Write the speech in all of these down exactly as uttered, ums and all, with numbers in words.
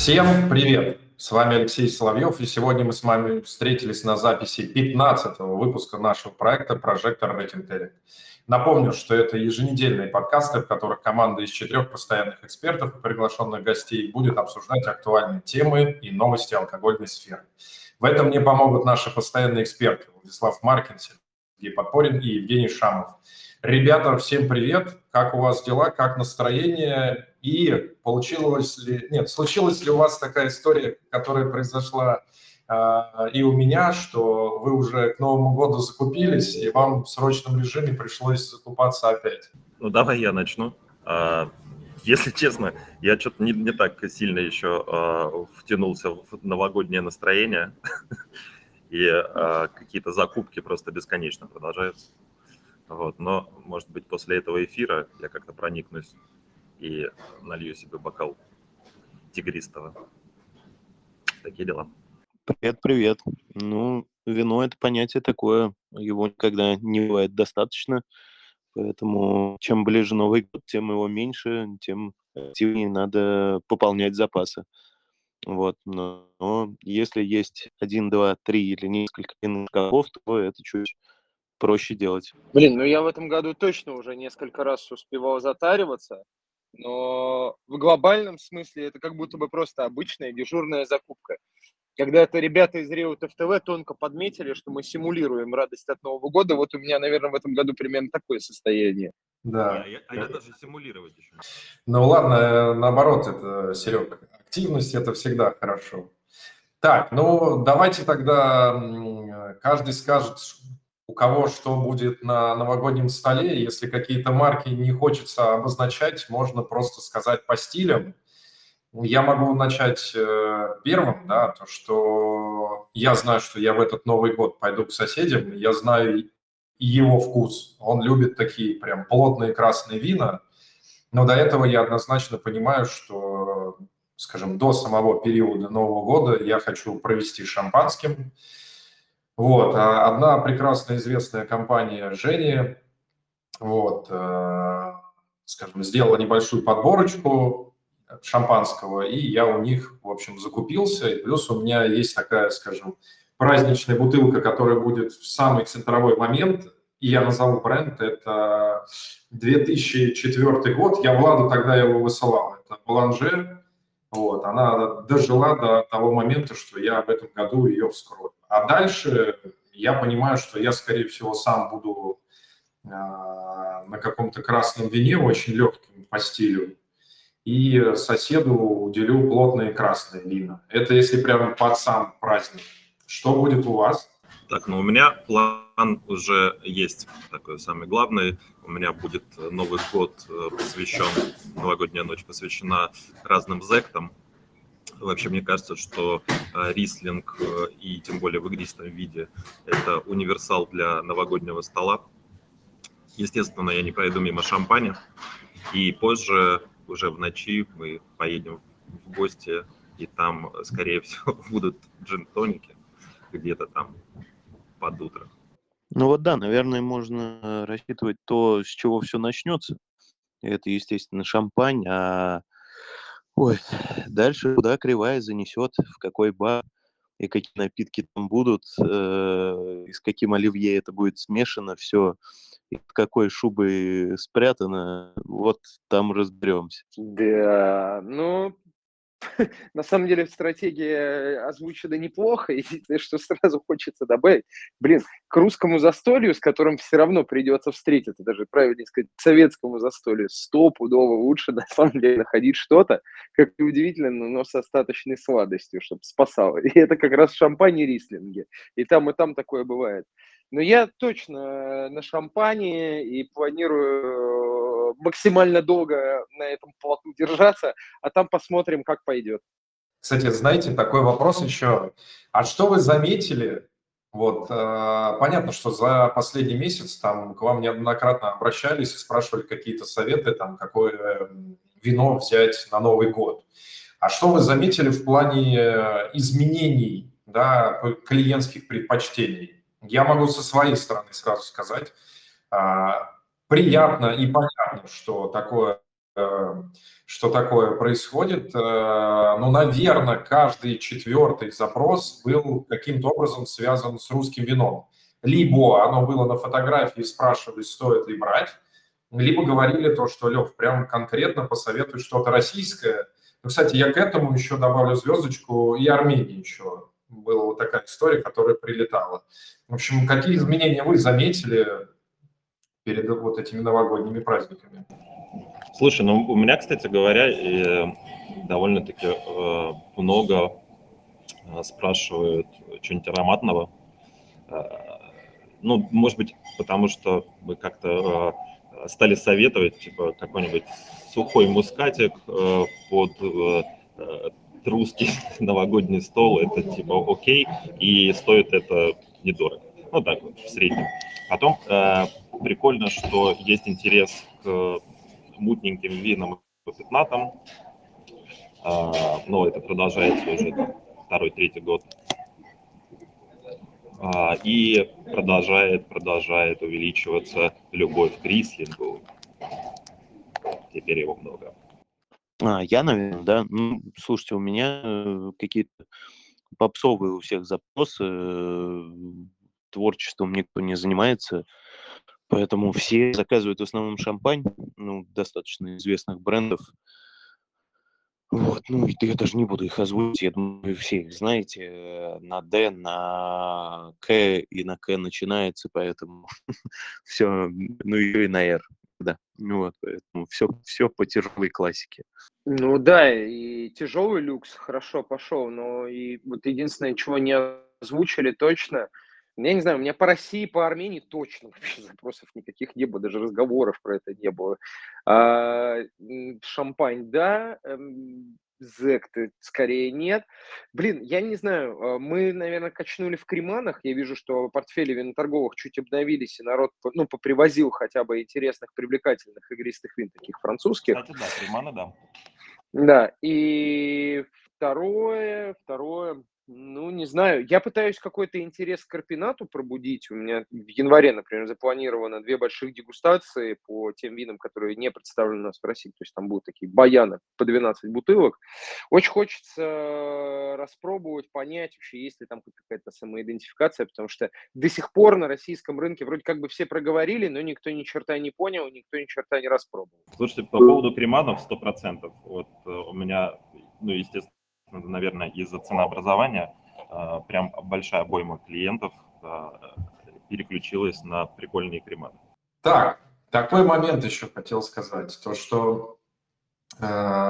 Всем привет! С вами Алексей Соловьев, и сегодня мы с вами встретились на записи пятнадцатого выпуска нашего проекта «Прожектор Рэкинг». Напомню, что это еженедельные подкасты, в которых команда из четырех постоянных экспертов и приглашенных гостей будет обсуждать актуальные темы и новости алкогольной сферы. В этом мне помогут наши постоянные эксперты Владислав Маркин, Сергей Подпорин и Евгений Шамов. Ребята, всем привет! Как у вас дела, как настроение? И получилось ли, нет, случилась ли у вас такая история, которая произошла э, и у меня, что вы уже к Новому году закупились, и вам в срочном режиме пришлось закупаться опять? Ну, давай я начну. А, если честно, я что-то не, не так сильно еще а, втянулся в новогоднее настроение, и а, какие-то закупки просто бесконечно продолжаются. Вот. Но, может быть, после этого эфира я как-то проникнусь и налью себе бокал тигристого. Такие дела. Привет, привет. Ну, вино – это понятие такое, его никогда не бывает достаточно, поэтому чем ближе Новый год, тем его меньше, тем активнее надо пополнять запасы. Вот, но, но если есть один, два, три или несколько винных шкафов, то это чуть проще делать. Блин, ну я в этом году точно уже несколько раз успевал затариваться, но в глобальном смысле это как будто бы просто обычная дежурная закупка. Когда это ребята из Реут эф тэ вэ тонко подметили, что мы симулируем радость от Нового года, вот у меня, наверное, в этом году примерно такое состояние. Да. А я, а я даже симулировать еще. Ну ладно, наоборот, это, Серег, активность – это всегда хорошо. Так, ну давайте тогда м, каждый скажет, у кого что будет на новогоднем столе. Если какие-то марки не хочется обозначать, можно просто сказать по стилям. Я могу начать э, первым, да, то, что я знаю, что я в этот Новый год пойду к соседям, я знаю его вкус. Он любит такие прям плотные красные вина, но до этого я однозначно понимаю, что, скажем, до самого периода Нового года я хочу провести шампанским. Вот, а одна прекрасно известная компания Жени, вот, э, скажем, сделала небольшую подборочку шампанского, и я у них, в общем, закупился, и плюс у меня есть такая, скажем, праздничная бутылка, которая будет в самый центровой момент, и я назову бренд, это две тысячи четвёртый год, я Владу тогда его высылал, это Бланже, вот, она дожила до того момента, что я в этом году ее вскрою. А дальше я понимаю, что я, скорее всего, сам буду э, на каком-то красном вине, очень легким по стилю, и соседу уделю плотные красные вина. Это если прямо под сам праздник. Что будет у вас? Так, ну у меня план уже есть, такой самый главный. У меня будет Новый год посвящен, новогодняя ночь посвящена разным зектам. Вообще, мне кажется, что рислинг, и тем более в игристом виде, это универсал для новогоднего стола. Естественно, я не пройду мимо шампаня. И позже, уже в ночи, мы поедем в гости, и там, скорее всего, будут джин-тоники где-то там под утро. Ну вот да, наверное, можно рассчитывать то, с чего все начнется. Это, естественно, шампань, а ой, дальше куда кривая занесет, в какой бар и какие напитки там будут, э, и с каким оливье это будет смешано, все, и под какой шубой спрятано, вот там разберемся. Да, ну, на самом деле стратегия озвучена неплохо, и что сразу хочется добавить, блин, к русскому застолью, с которым все равно придется встретиться, даже правильнее сказать, к советскому застолью, стопудово лучше на самом деле находить что-то, как ни удивительно, но с остаточной сладостью, чтобы спасало. И это как раз шампань и рислинги. И там, и там такое бывает. Но я точно на шампане и планирую максимально долго на этом плоту держаться, а там посмотрим, как пойдет. Кстати, знаете, такой вопрос еще. А что вы заметили? Вот, э, понятно, что за последний месяц там к вам неоднократно обращались и спрашивали какие-то советы, там, какое вино взять на Новый год. А что вы заметили в плане изменений, да, клиентских предпочтений? Я могу со своей стороны сразу сказать, приятно и понятно, что такое что такое происходит. Ну, наверное, каждый четвертый запрос был каким-то образом связан с русским вином. Либо оно было на фотографии, спрашивали, стоит ли брать, либо говорили то, что, Лев, прям конкретно посоветуй что-то российское. Ну, кстати, я к этому еще добавлю звездочку, и Армении еще была вот такая история, которая прилетала. В общем, какие изменения вы заметили перед вот этими новогодними праздниками? Слушай, ну у меня, кстати говоря, э, довольно-таки э, много э, спрашивают что-нибудь ароматного. Э, ну, может быть, потому что мы как-то э, стали советовать, типа, какой-нибудь сухой мускатик э, под э, э, русский новогодний стол, это типа окей, и стоит это недорого. Ну, так вот, в среднем. Потом э, прикольно, что есть интерес к мутненьким винам и пятнатым, а, но это продолжается уже там, второй, третий год. А, и продолжает, продолжает увеличиваться любовь к рислингу. Теперь его много. А, я, наверное, да. Ну, слушайте, у меня э, какие-то попсовые у всех запросы. э, Творчеством никто не занимается, поэтому все заказывают в основном шампань, ну, достаточно известных брендов. Вот, ну, и я даже не буду их озвучить, я думаю, вы все их знаете. э, На Д, на К и на К начинается, поэтому все, ну и на Р, да. Ну вот, поэтому все, все по тяжелой классике. Ну да, и тяжелый люкс хорошо пошел, но и вот единственное, чего не озвучили точно, я не знаю, у меня по России, по Армении точно вообще запросов никаких не было, даже разговоров про это не было. А, м, шампань, да, эм, зекты скорее нет. Блин, я не знаю, а, мы, наверное, качнули в креманах. Я вижу, что портфели виноторговых чуть обновились, и народ, по- ну, попривозил хотя бы интересных, привлекательных игристых вин, таких французских. Кстати, да, креманы, да. Да, и второе, второе, ну, не знаю, я пытаюсь какой-то интерес к карпинату пробудить. У меня в январе, например, запланировано две больших дегустации по тем винам, которые не представлены у нас в России. То есть там будут такие баяны по двенадцать бутылок. Очень хочется распробовать, понять вообще, есть ли там хоть какая-то самоидентификация, потому что до сих пор на российском рынке вроде как бы все проговорили, но никто ни черта не понял, никто ни черта не распробовал. Слушайте, по поводу креманов сто процентов. Вот э, у меня, ну, естественно, наверное, из-за ценообразования э, прям большая обойма клиентов э, переключилась на прикольные креманы. Так, такой момент еще хотел сказать. То, что э,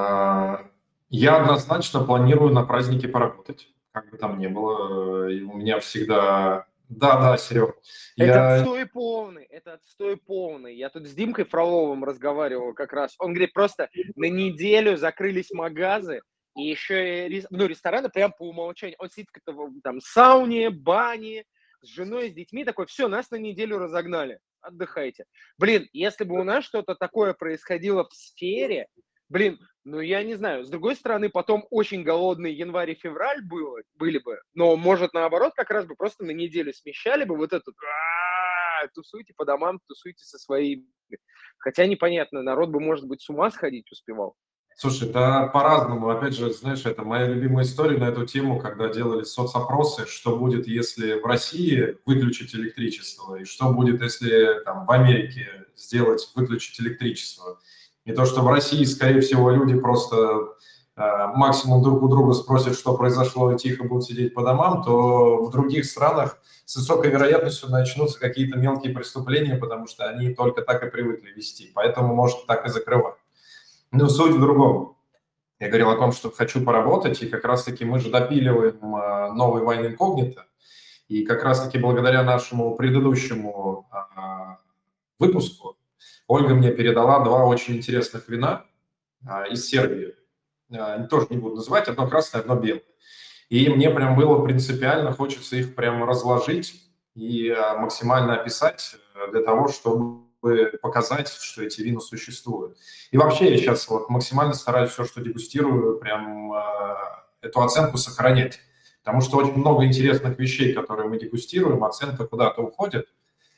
я однозначно планирую на празднике поработать, как бы там ни было. И у меня всегда... Да, да, Серег. Это Я... отстой полный, это отстой полный. Я тут с Димкой Фроловым разговаривал как раз. Он говорит, просто на неделю закрылись магазы, и еще и рес- ну, рестораны прям по умолчанию. Он сидит в какой-то там сауне, бане, с женой, с детьми, такой, все, нас на неделю разогнали, отдыхайте. Блин, если бы у нас что-то такое происходило в сфере, блин, ну я не знаю. С другой стороны, потом очень голодный январь и февраль было, были бы, но может наоборот как раз бы просто на неделю смещали бы вот этот «А, тусуйте по домам, тусуйте со своими». Хотя непонятно, народ бы, может быть, с ума сходить успевал. Слушай, да по-разному. Опять же, знаешь, это моя любимая история на эту тему, когда делали соцопросы, что будет, если в России выключить электричество, и что будет, если там в Америке сделать, выключить электричество. И то, что в России, скорее всего, люди просто э, максимум друг у друга спросят, что произошло, и тихо будут сидеть по домам, то в других странах с высокой вероятностью начнутся какие-то мелкие преступления, потому что они только так и привыкли вести. Поэтому, может, так и закрывать. Но суть в другом. Я говорил о том, что хочу поработать, и как раз-таки мы же допиливаем а, новый Wine Incognito, и как раз-таки благодаря нашему предыдущему а, выпуску Ольга мне передала два очень интересных вина а, из Сербии. А, тоже не буду называть, одно красное, одно белое. И мне прям было принципиально, хочется их прям разложить и а, максимально описать э, для того, чтобы показать, что эти вина существуют. И вообще я сейчас вот максимально стараюсь все, что дегустирую, прям э, эту оценку сохранять. Потому что очень много интересных вещей, которые мы дегустируем, оценка куда-то уходит.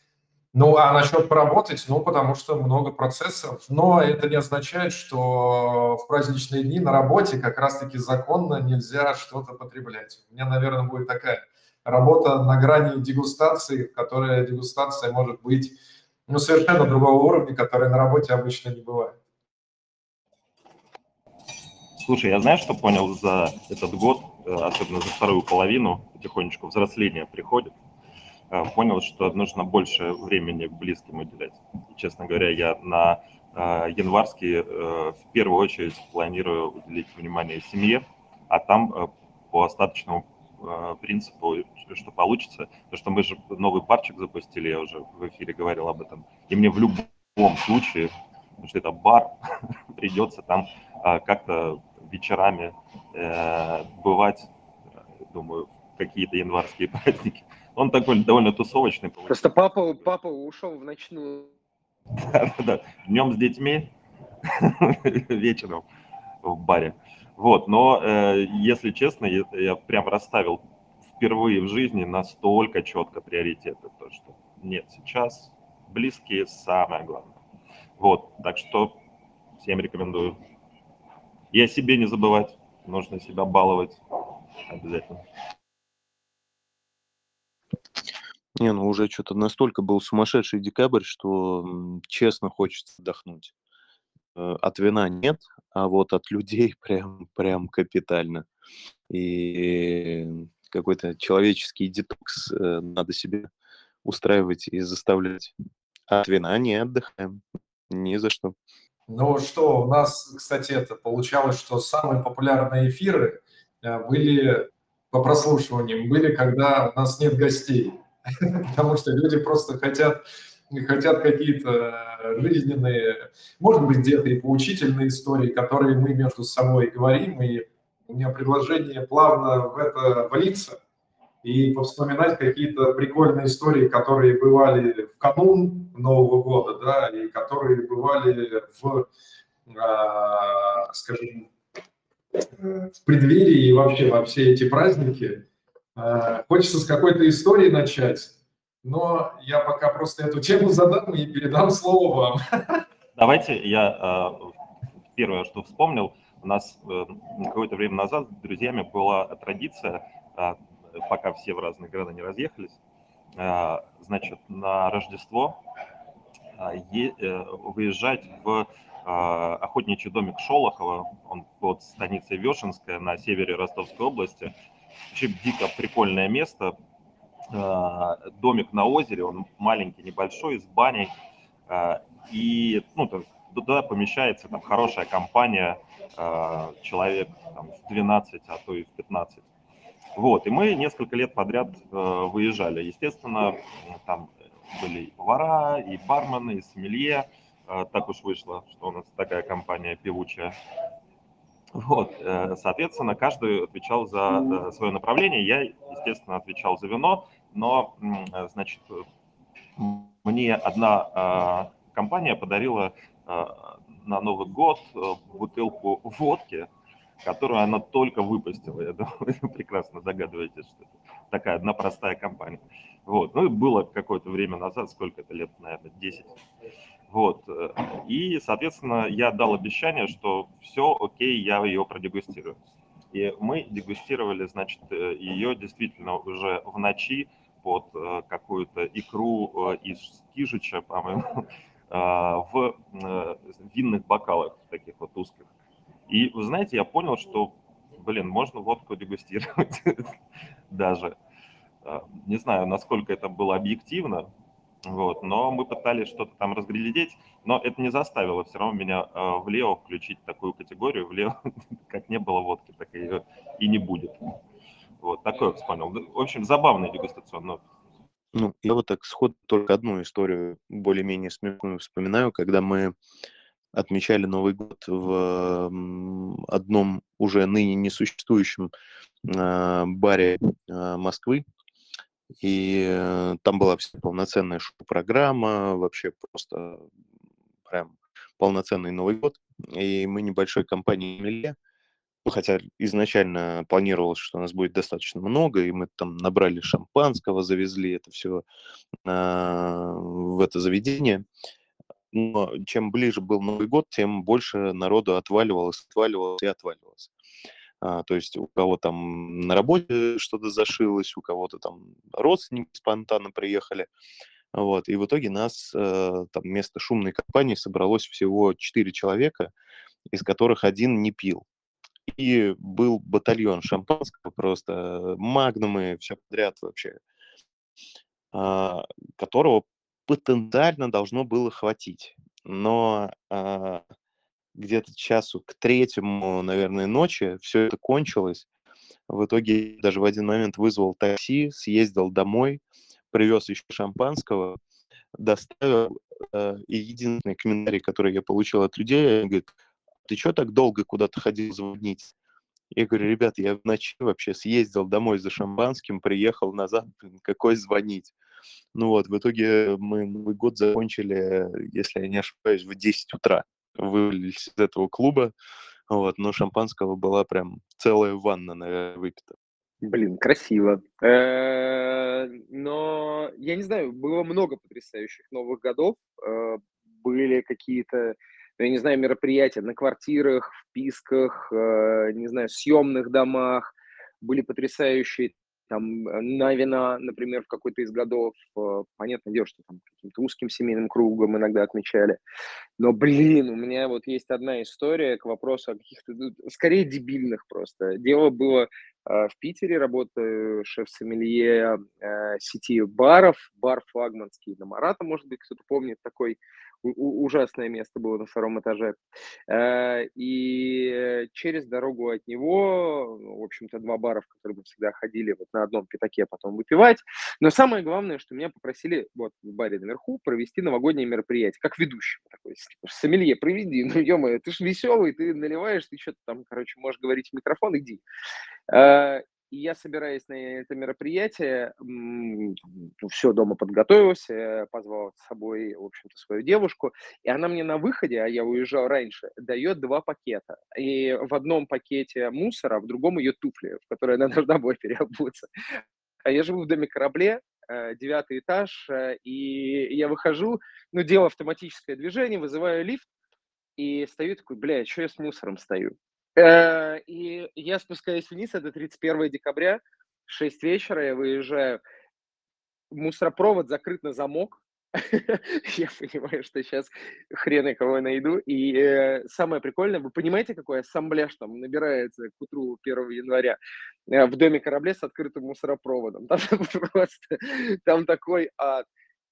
Ну, а насчет поработать, ну, потому что много процессов. Но это не означает, что в праздничные дни на работе как раз-таки законно нельзя что-то потреблять. У меня, наверное, будет такая работа на грани дегустации, в которой дегустация может быть, ну, совершенно другого уровня, который на работе обычно не бывает. Слушай, я знаешь, что понял за этот год, э, особенно за вторую половину, потихонечку взросление приходит. Э, Понял, что нужно больше времени близким уделять. И, честно говоря, я на э, январский э, в первую очередь планирую уделить внимание семье, а там э, по остаточному э, принципу, что получится, то что мы же новый барчик запустили, я уже в эфире говорил об этом, и мне в любом случае, потому что это бар, придется там э, как-то вечерами э, бывать, э, думаю, в какие-то январские праздники. Он такой довольно тусовочный Просто получился. папа, папа ушел в ночную. Да-да-да. Днем с детьми, вечером в баре. Вот, но э, если честно, я, я прям расставил впервые в жизни настолько четко приоритеты, то что нет, сейчас близкие самое главное. Вот, так что всем рекомендую. И о себе не забывать, нужно себя баловать обязательно. Не, ну уже что-то настолько был сумасшедший декабрь, что м, честно хочется отдохнуть. Э, От вина нет, а вот от людей прям, прям капитально. И какой-то человеческий детокс э, надо себе устраивать и заставлять. От вина не отдыхаем. Ни за что. Ну что, у нас, кстати, это получалось, что самые популярные эфиры э, были по прослушиваниям, были, когда у нас нет гостей, потому что люди просто хотят, хотят какие-то жизненные, может быть, где-то и поучительные истории, которые мы между собой говорим, и у меня предложение плавно в это влиться и повспоминать какие-то прикольные истории, которые бывали в канун Нового года, да, и которые бывали в, а, скажем, в преддверии и вообще во все эти праздники. А, Хочется с какой-то истории начать, но я пока просто эту тему задам и передам слово вам. Давайте я э, первое, что вспомнил, у нас э, какое-то время назад с друзьями была традиция, э, пока все в разные города не разъехались, э, значит, на Рождество э, е- э, выезжать в э, охотничий домик Шолохова, он под станицей Вешенская на севере Ростовской области. Вообще дико прикольное место, э, домик на озере, он маленький, небольшой, с баней, э, и ну, то есть туда помещается там хорошая компания, э, человек там, в двенадцать, а то и в пятнадцать. Вот, и мы несколько лет подряд э, выезжали. Естественно, там были и повара, и бармены, и сомелье. Э, так уж вышло, что у нас такая компания певучая. Вот, э, соответственно, каждый отвечал за э, свое направление. Я, естественно, отвечал за вино, но, м, э, значит, э, мне одна а, компания подарила а, на Новый год э, бутылку водки, которую она только выпустила. Я думаю, вы прекрасно догадываетесь, что это такая одна простая компания. Вот. Ну и было какое-то время назад, сколько это лет, наверное, десять. Вот. э, И, соответственно, я дал обещание, что все окей, я ее продегустирую. И мы дегустировали, значит, э, ее действительно уже в ночи под э, какую-то икру э, из кижича, по-моему, а, в э, винных бокалах таких вот узких. И, вы знаете, я понял, что, блин, можно водку дегустировать даже. А, Не знаю, насколько это было объективно, вот, но мы пытались что-то там разглядеть, но это не заставило все равно меня э, влево включить такую категорию, влево, как не было водки, так ее и не будет. Вот, такое вспомнил. Да, в общем, забавный дегустационный опыт. Ну, я вот так сход только одну историю более-менее смешную вспоминаю, когда мы отмечали Новый год в м, одном уже ныне несуществующем а, баре а, Москвы. И э, там была вся полноценная шоу-программа, вообще просто прям полноценный Новый год. И мы небольшой компанией «Мелье», ну, хотя изначально планировалось, что нас будет достаточно много, и мы там набрали шампанского, завезли это все в в это заведение. Но чем ближе был Новый год, тем больше народу отваливалось, отваливалось и отваливалось. А, то есть у кого там на работе что-то зашилось, у кого-то там родственники спонтанно приехали. Вот. И в итоге нас э, там вместо шумной компании собралось всего четыре человека, из которых один не пил. И был батальон шампанского, просто магнумы, все подряд вообще, а, которого потенциально должно было хватить. Но а, где-то часу к третьему, наверное, ночи все это кончилось. В итоге даже в один момент вызвал такси, съездил домой, привез еще шампанского, доставил. э, И единственный комментарий, который я получил от людей, они говорят: ты что так долго куда-то ходил звонить? Я говорю: ребят, я в ночи вообще съездил домой за шампанским, приехал назад, блин, какой звонить? Ну вот, в итоге мы Новый год закончили, если я не ошибаюсь, в десять утра. Вывалились из этого клуба, вот, но шампанского была прям целая ванна, наверное, выпита. Блин, красиво. Э, Но я не знаю, было много потрясающих Новых годов. Э, Были какие-то, ну, я не знаю, мероприятия на квартирах, в Писках, э, не знаю, съемных домах. Были потрясающие там э, на вина, например, в какой-то из годов. Э, Понятное дело, что там каким-то узким семейным кругом иногда отмечали. Но, блин, у меня вот есть одна история к вопросу о каких-то, ну, скорее, дебильных просто. Дело было э, в Питере, работаю шеф-сомелье э, сети баров, бар флагманский на Марата, может быть, кто-то помнит, такой у- у- ужасное место было на втором этаже. Э, И через дорогу от него, ну, в общем-то, два бара, в которые мы всегда ходили вот на одном пятаке потом выпивать. Но самое главное, что меня попросили вот в баре наверху провести новогоднее мероприятие, как ведущего такой, типа: сомелье, проведи, ну, ё-моё, ты ж веселый, ты наливаешь, ты что-то там, короче, можешь говорить в микрофон, иди. Э, И я, собираясь на это мероприятие, все дома подготовился, э, позвал с собой, в общем-то, свою девушку, и она мне на выходе, а я уезжал раньше, дает два пакета. И в одном пакете мусора, а в другом ее туфли, в которые она должна была переобуться. А я живу в доме-корабле, э, девятый этаж, э, и я выхожу, ну, делаю автоматическое движение, вызываю лифт и стою такой: бля, что я с мусором стою? Э, И я спускаюсь вниз, это тридцать первое декабря, шесть вечера, я выезжаю, мусоропровод закрыт на замок. Я понимаю, что сейчас хрен я кого найду. И э, самое прикольное, вы понимаете, какой ассамбляж там набирается к утру первого января э, в доме корабле с открытым мусоропроводом. Там просто, там такой ад.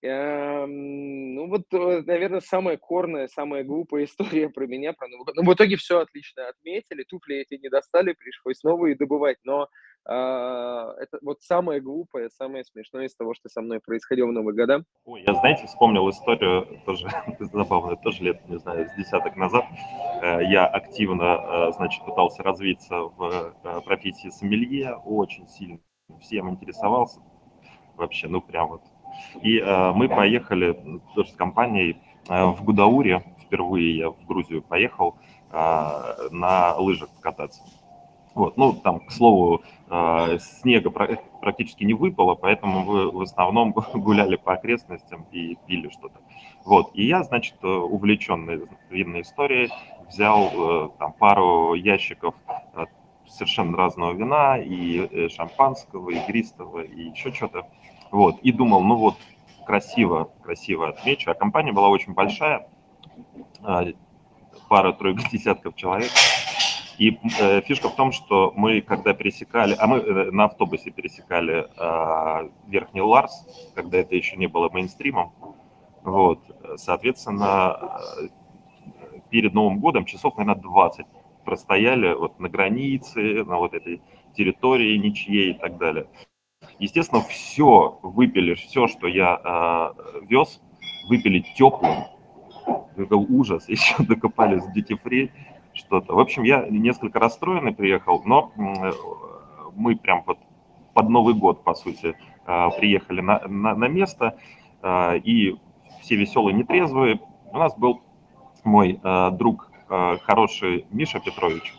Эм, Ну вот, наверное, самая корная, самая глупая история про меня, про Новый год. Но в итоге все отлично отметили, туфли эти не достали, пришлось новые добывать, но а, это вот самое глупое, самое смешное из того, что со мной происходило в Новые года. Ой, я, знаете, вспомнил историю, тоже забавную, тоже лет, не знаю, с десяток назад. Э, Я активно, э, значит, пытался развиться в э, профессии сомелье, очень сильно всем интересовался вообще, ну прям вот. И э, мы поехали м, тоже с компанией э, в Гудауре, впервые я в Грузию поехал э, на лыжах кататься. Вот, ну, там, к слову, э, снега пра- практически не выпало, поэтому мы в основном гуляли по окрестностям и пили что-то. Вот, и я, значит, э, увлеченный винной историей, взял э, там пару ящиков э, совершенно разного вина, и э, шампанского, и игристого, и еще что-то. Вот, и думал, ну вот, красиво, красиво отмечу. А компания была очень большая, э, пара-тройка десятков человек. И э, фишка в том, что мы, когда пересекали, а мы э, на автобусе пересекали э, Верхний Ларс, когда это еще не было мейнстримом, вот, соответственно, э, перед Новым годом часов, наверное, двадцать простояли вот на границе, на вот этой территории ничьей и так далее. Естественно, все выпили, все, что я э, вез, выпили теплым. Это ужас, еще докопались в duty free что-то. В общем, я несколько расстроенный приехал, но мы прям вот под Новый год, по сути, приехали на, на, на место, и все веселые, нетрезвые. У нас был мой друг, хороший Миша Петрович,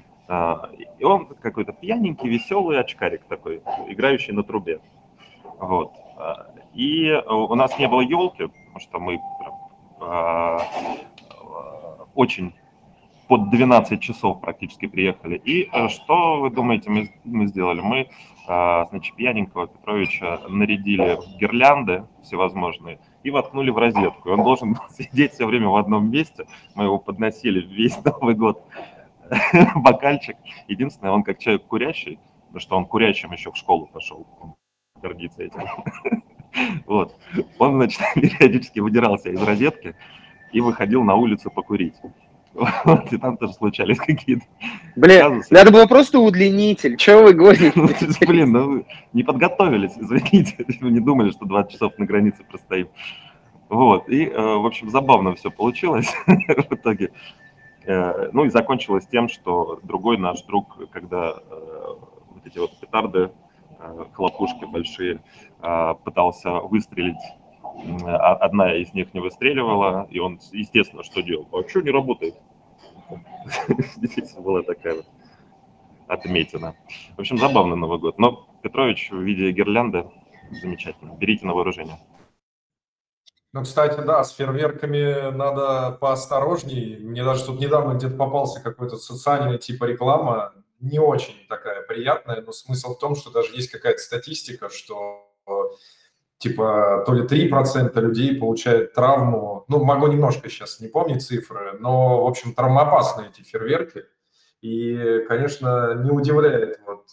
и он какой-то пьяненький, веселый очкарик такой, играющий на трубе. Вот. И у нас не было елки, потому что мы прям, а, очень под двенадцать часов практически приехали. И а, что вы думаете, мы, мы сделали? Мы, а, значит, пьяненького Петровича нарядили в гирлянды всевозможные и воткнули в розетку. И он должен был сидеть все время в одном месте. Мы его подносили весь Новый год. Бокальчик. Единственное, он как человек курящий, потому что он курящим еще в школу пошел, он гордится этим. Вот. Он, значит, периодически выдирался из розетки и выходил на улицу покурить. Вот, и там тоже случались какие-то Бля, казусы. надо было просто удлинитель. Чего вы гоните? Ну, блин, ну не подготовились, извините. Мы не думали, что двадцать часов на границе простоим. Вот, и, в общем, забавно все получилось в итоге. Ну и закончилось тем, что другой наш друг, когда вот эти вот петарды, хлопушки большие, пытался выстрелить, одна из них не выстреливала, и он, естественно, что делал? А что не работает? Здесь была такая вот отметина. В общем, забавный Новый год. Но Петрович в виде гирлянды замечательно. Берите на вооружение. Ну, кстати, да, с фейерверками надо поосторожней. Мне даже тут недавно где-то попался какой-то социальный типа реклама, не очень такая приятная, но смысл в том, что даже есть какая-то статистика, что типа то ли три процента людей получают травму. Ну, могу немножко сейчас не помнить цифры, но, в общем, травмоопасны эти фейерверки. И, конечно, не удивляет вот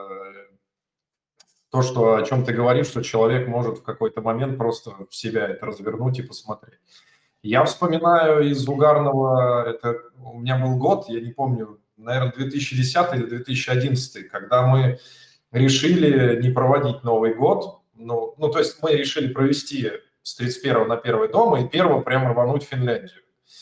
то, что, о чем ты говоришь, что человек может в какой-то момент просто в себя это развернуть и посмотреть. Я вспоминаю из угарного, это у меня был год, я не помню, наверное, две тысячи десятый или две тысячи одиннадцатый, когда мы решили не проводить Новый год. Ну, ну, то есть мы решили провести с тридцать первого на первое дома и первого прямо рвануть в Финляндию.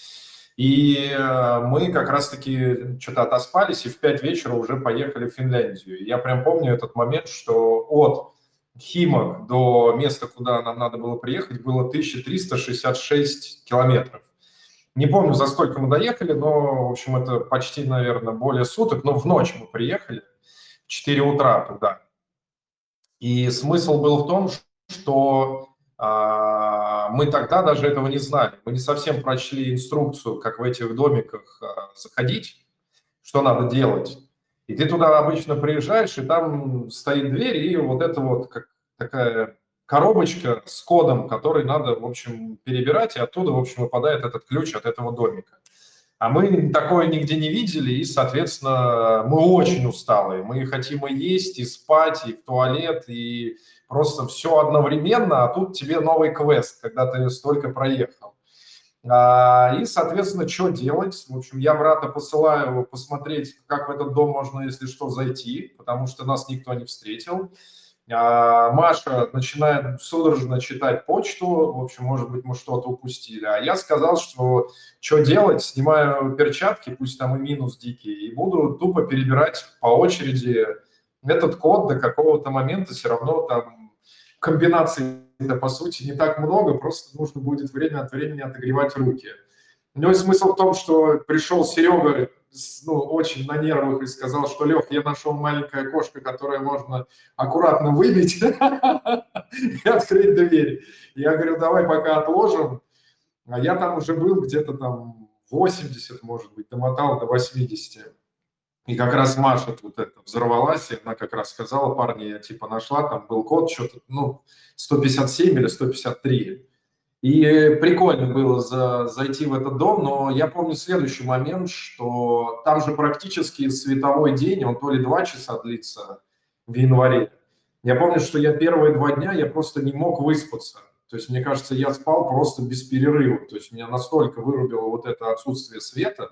И мы как раз-таки что-то отоспались и в пять вечера уже поехали в Финляндию. И я прям помню этот момент, что от Химок до места, куда нам надо было приехать, было тысяча триста шестьдесят шесть километров. Не помню, за сколько мы доехали, но, в общем, это почти, наверное, более суток. Но в ночь мы приехали, в четыре утра туда. И смысл был в том, что а, мы тогда даже этого не знали. Мы не совсем прочли инструкцию, как в этих домиках а, заходить, что надо делать. И ты туда обычно приезжаешь, и там стоит дверь, и вот это вот как такая коробочка с кодом, который надо, в общем, перебирать, и оттуда, в общем, выпадает этот ключ от этого домика. А мы такое нигде не видели, и, соответственно, мы очень усталые. Мы хотим и есть, и спать, и в туалет, и просто все одновременно, а тут тебе новый квест, когда ты столько проехал. И, соответственно, что делать? В общем, я брата посылаю посмотреть, как в этот дом можно, если что, зайти, потому что нас никто не встретил. Маша начинает судорожно читать почту, в общем, может быть, мы что-то упустили. А я сказал, что что делать, снимаю перчатки, пусть там и минус дикий, и буду тупо перебирать по очереди этот код до какого-то момента. Все равно там комбинаций-то, по сути, не так много, просто нужно будет время от времени отогревать руки. Ну и смысл в том, что пришел Серега, ну, очень на нервах и сказал, что, Лех, я нашел маленькое окошко, которое можно аккуратно выбить и открыть дверь. Я говорю, давай пока отложим. А я там уже был где-то там восемьдесят, может быть, домотал до восьмидесяти. И как раз Маша тут это взорвалась, и она как раз сказала, парни, я типа нашла, там был код, что-то, ну, сто пятьдесят семь или сто пятьдесят три. И прикольно было за, зайти в этот дом, но я помню следующий момент, что там же практически световой день, он то ли два часа длится в январе. Я помню, что я первые два дня, я просто не мог выспаться. То есть, мне кажется, я спал просто без перерыва. То есть, меня настолько вырубило вот это отсутствие света.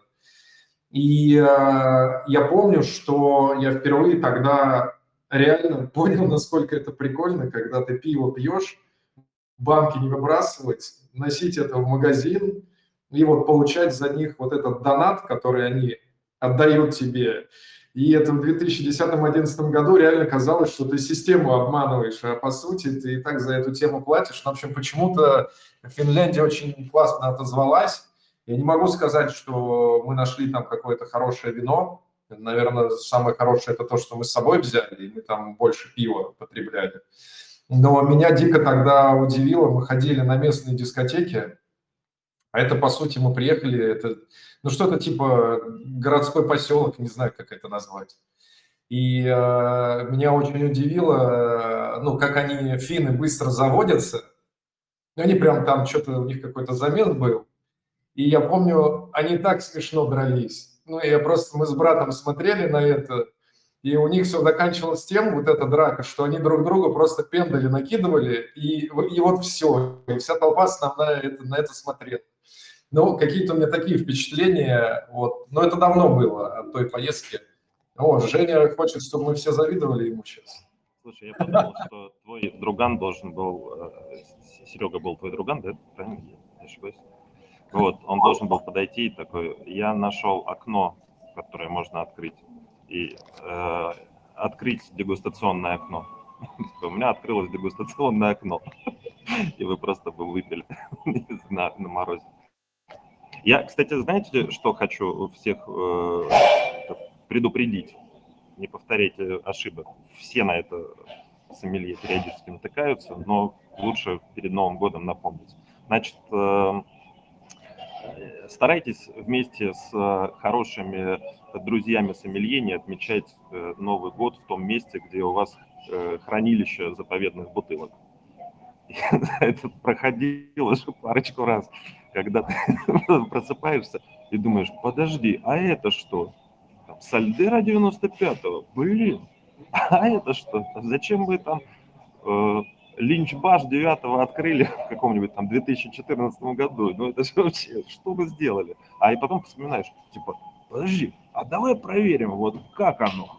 И э, я помню, что я впервые тогда реально понял, насколько это прикольно, когда ты пиво пьешь, банки не выбрасывать, носить это в магазин и вот получать за них вот этот донат, который они отдают тебе. И это в две тысячи десятом-одиннадцатом году реально казалось, что ты систему обманываешь, а по сути ты и так за эту тему платишь. Но, в общем, почему-то Финляндия очень классно отозвалась. Я не могу сказать, что мы нашли там какое-то хорошее вино. Наверное, самое хорошее – это то, что мы с собой взяли, и мы там больше пива потребляли. Но меня дико тогда удивило, мы ходили на местные дискотеки, а это, по сути, мы приехали, это, ну, что-то типа городской поселок, не знаю, как это назвать. И э, меня очень удивило, э, ну, как они, финны, быстро заводятся. Ну, они прям там, что-то у них какой-то замес был. И я помню, они так смешно дрались. Ну, я просто, мы с братом смотрели на это, и у них все заканчивалось тем, вот эта драка, что они друг другу просто пендали накидывали, и, и вот все, и вся толпа основная это, на это смотрела. Ну, какие-то у меня такие впечатления, вот, но это давно было от той поездки. О, Женя хочет, чтобы мы все завидовали ему сейчас. Слушай, я подумал, что твой друган должен был, э, С- Серега был твой друган, да? Правильно? Я не ошибаюсь. Вот, он должен был подойти и такой, я нашел окно, которое можно открыть, и э, открыть дегустационное окно. У меня открылось дегустационное окно, и вы просто бы выпили на, на морозе. Я, кстати, знаете, что хочу всех э, предупредить? Не повторяйте ошибок. Все на это сомелье периодически натыкаются, но лучше перед Новым годом напомнить. Значит, э, старайтесь вместе с хорошими друзьями сомелье не отмечать э, Новый год в том месте, где у вас э, хранилище заповедных бутылок. Это проходило уже парочку раз, когда ты просыпаешься и думаешь, подожди, а это что? Там, Сальдера девяносто пятого, блин, а это что? Зачем вы там э, Линч-Баш девятого открыли в каком-нибудь там две тысячи четырнадцатом году? Ну это же вообще, что вы сделали? А и потом вспоминаешь, типа, подожди, а давай проверим, вот как оно?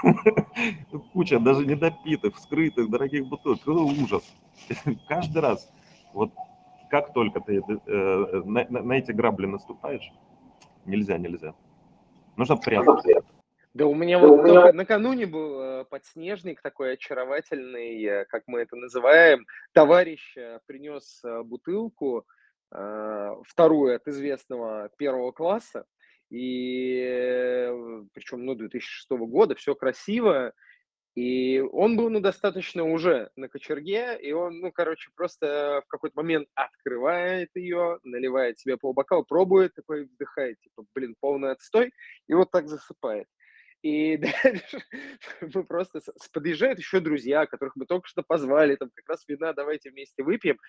Куча даже недопитых, вскрытых, дорогих бутылок. Какой ужас. Каждый раз, вот как только ты э, на, на, на эти грабли наступаешь, нельзя, нельзя. Нужно прятаться. Да у меня вот только накануне был э, подснежник такой очаровательный, э, как мы это называем. Товарищ э, принес э, бутылку, э, вторую от известного первого класса, и э, причем, ну, две тысячи шестого года, все красиво, и он был, ну, достаточно уже на кочерге, и он, ну, короче, просто в какой-то момент открывает ее, наливает себе полбокала, пробует, такой вздыхает, типа, блин, полный отстой, и вот так засыпает. И дальше мы просто с с подъезжают еще друзья, которых мы только что позвали, там как раз вина, давайте вместе выпьем.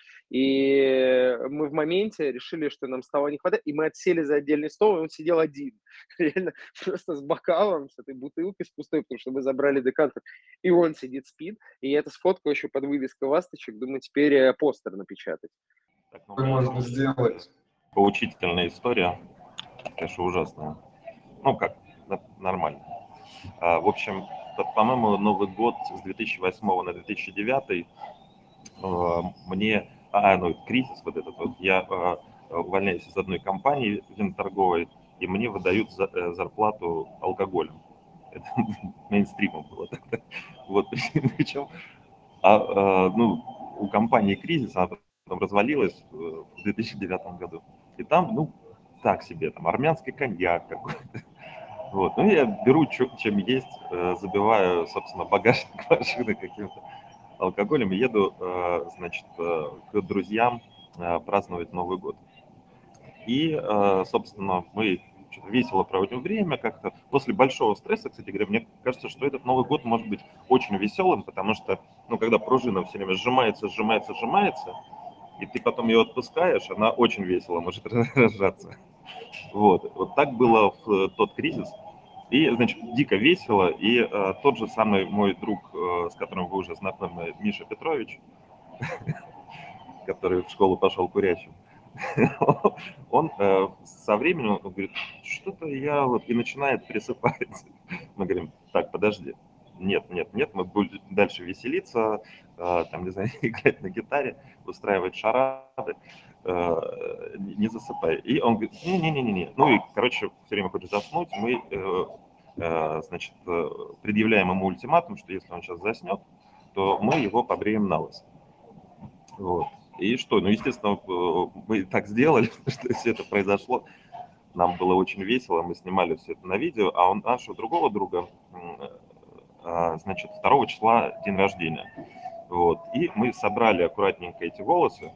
И мы в моменте решили, что нам стало не хватать, и мы отсели за отдельный стол, и он сидел один. Реально, просто с бокалом, с этой бутылкой, с пустой, потому что мы забрали декантер. И он сидит, спит. И я это сфоткал еще под вывеской ласточек. Думаю, теперь э, постер напечатать. Так, ну, у Что меня можно есть сделать? поучительная история, конечно, ужасная. Ну как, н- нормально. А, в общем, п- по-моему, Новый год с две тысячи восьмого на две тысячи девятый э, мне, а, ну, кризис вот этот вот, я э, увольняюсь из одной компании виноторговой, и мне выдают за- э, зарплату алкоголем. Это мейнстримом было тогда. Вот, причем, а, а, ну, у компании кризис, она потом развалилась э, в две тысячи девятом году. И там, ну, так себе, там, армянский коньяк какой-то. Вот, ну, я беру, чё- чем есть, э, забиваю, собственно, багажник машины каким-то алкоголем и еду, э, значит, э, к друзьям э, праздновать Новый год. И, э, собственно, мы что-то весело проводим время как-то. После большого стресса, кстати говоря, мне кажется, что этот Новый год может быть очень веселым, потому что, ну, когда пружина все время сжимается, сжимается, сжимается, и ты потом ее отпускаешь, она очень весело может разжаться. Вот, вот так было в тот кризис. И, значит, дико весело. И э, тот же самый мой друг, э, с которым вы уже знакомы, Миша Петрович, который в школу пошел курящим, он э, со временем он говорит, что-то я вот и начинает присыпать. Мы говорим, так, подожди, нет, нет, нет, мы будем дальше веселиться, э, там, не знаю, играть на гитаре, устраивать шарады, э, не засыпай. И он говорит, не-не-не-не, ну и, короче, все время хочет заснуть, мы, э, э, значит, э, предъявляем ему ультиматум, что если он сейчас заснет, то мы его побреем на лысо. Вот. И что? Ну, естественно, мы так сделали, что все это произошло. Нам было очень весело, мы снимали все это на видео, а у нашего другого друга, значит, второго числа день рождения. Вот. И мы собрали аккуратненько эти волосы,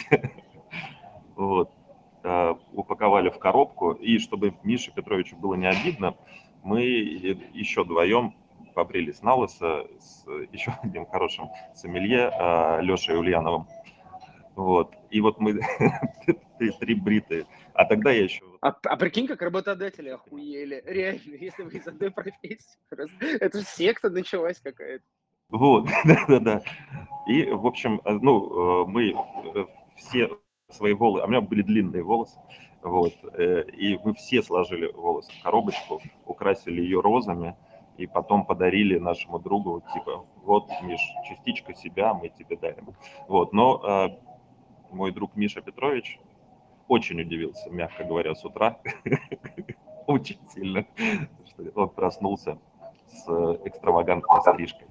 вот, э, упаковали в коробку, и чтобы Мише Петровичу было не обидно, мы еще вдвоем побрились на лысо с еще одним хорошим сомелье э, Лешей Ульяновым. Вот. И вот мы три, три бритые. А тогда я еще... А, а прикинь, как работодатели охуели. Реально, если вы из одной профессии. Просто, это же секта началась какая-то. Вот, да-да-да. И, в общем, э, ну, э, мы э, все свои волосы, а у меня были длинные волосы, вот, э, и мы все сложили волосы в коробочку, украсили ее розами, и потом подарили нашему другу, типа, вот, Миш, частичка себя мы тебе дарим. Вот, но э, мой друг Миша Петрович очень удивился, мягко говоря, с утра, очень сильно, что он проснулся с экстравагантной стрижкой.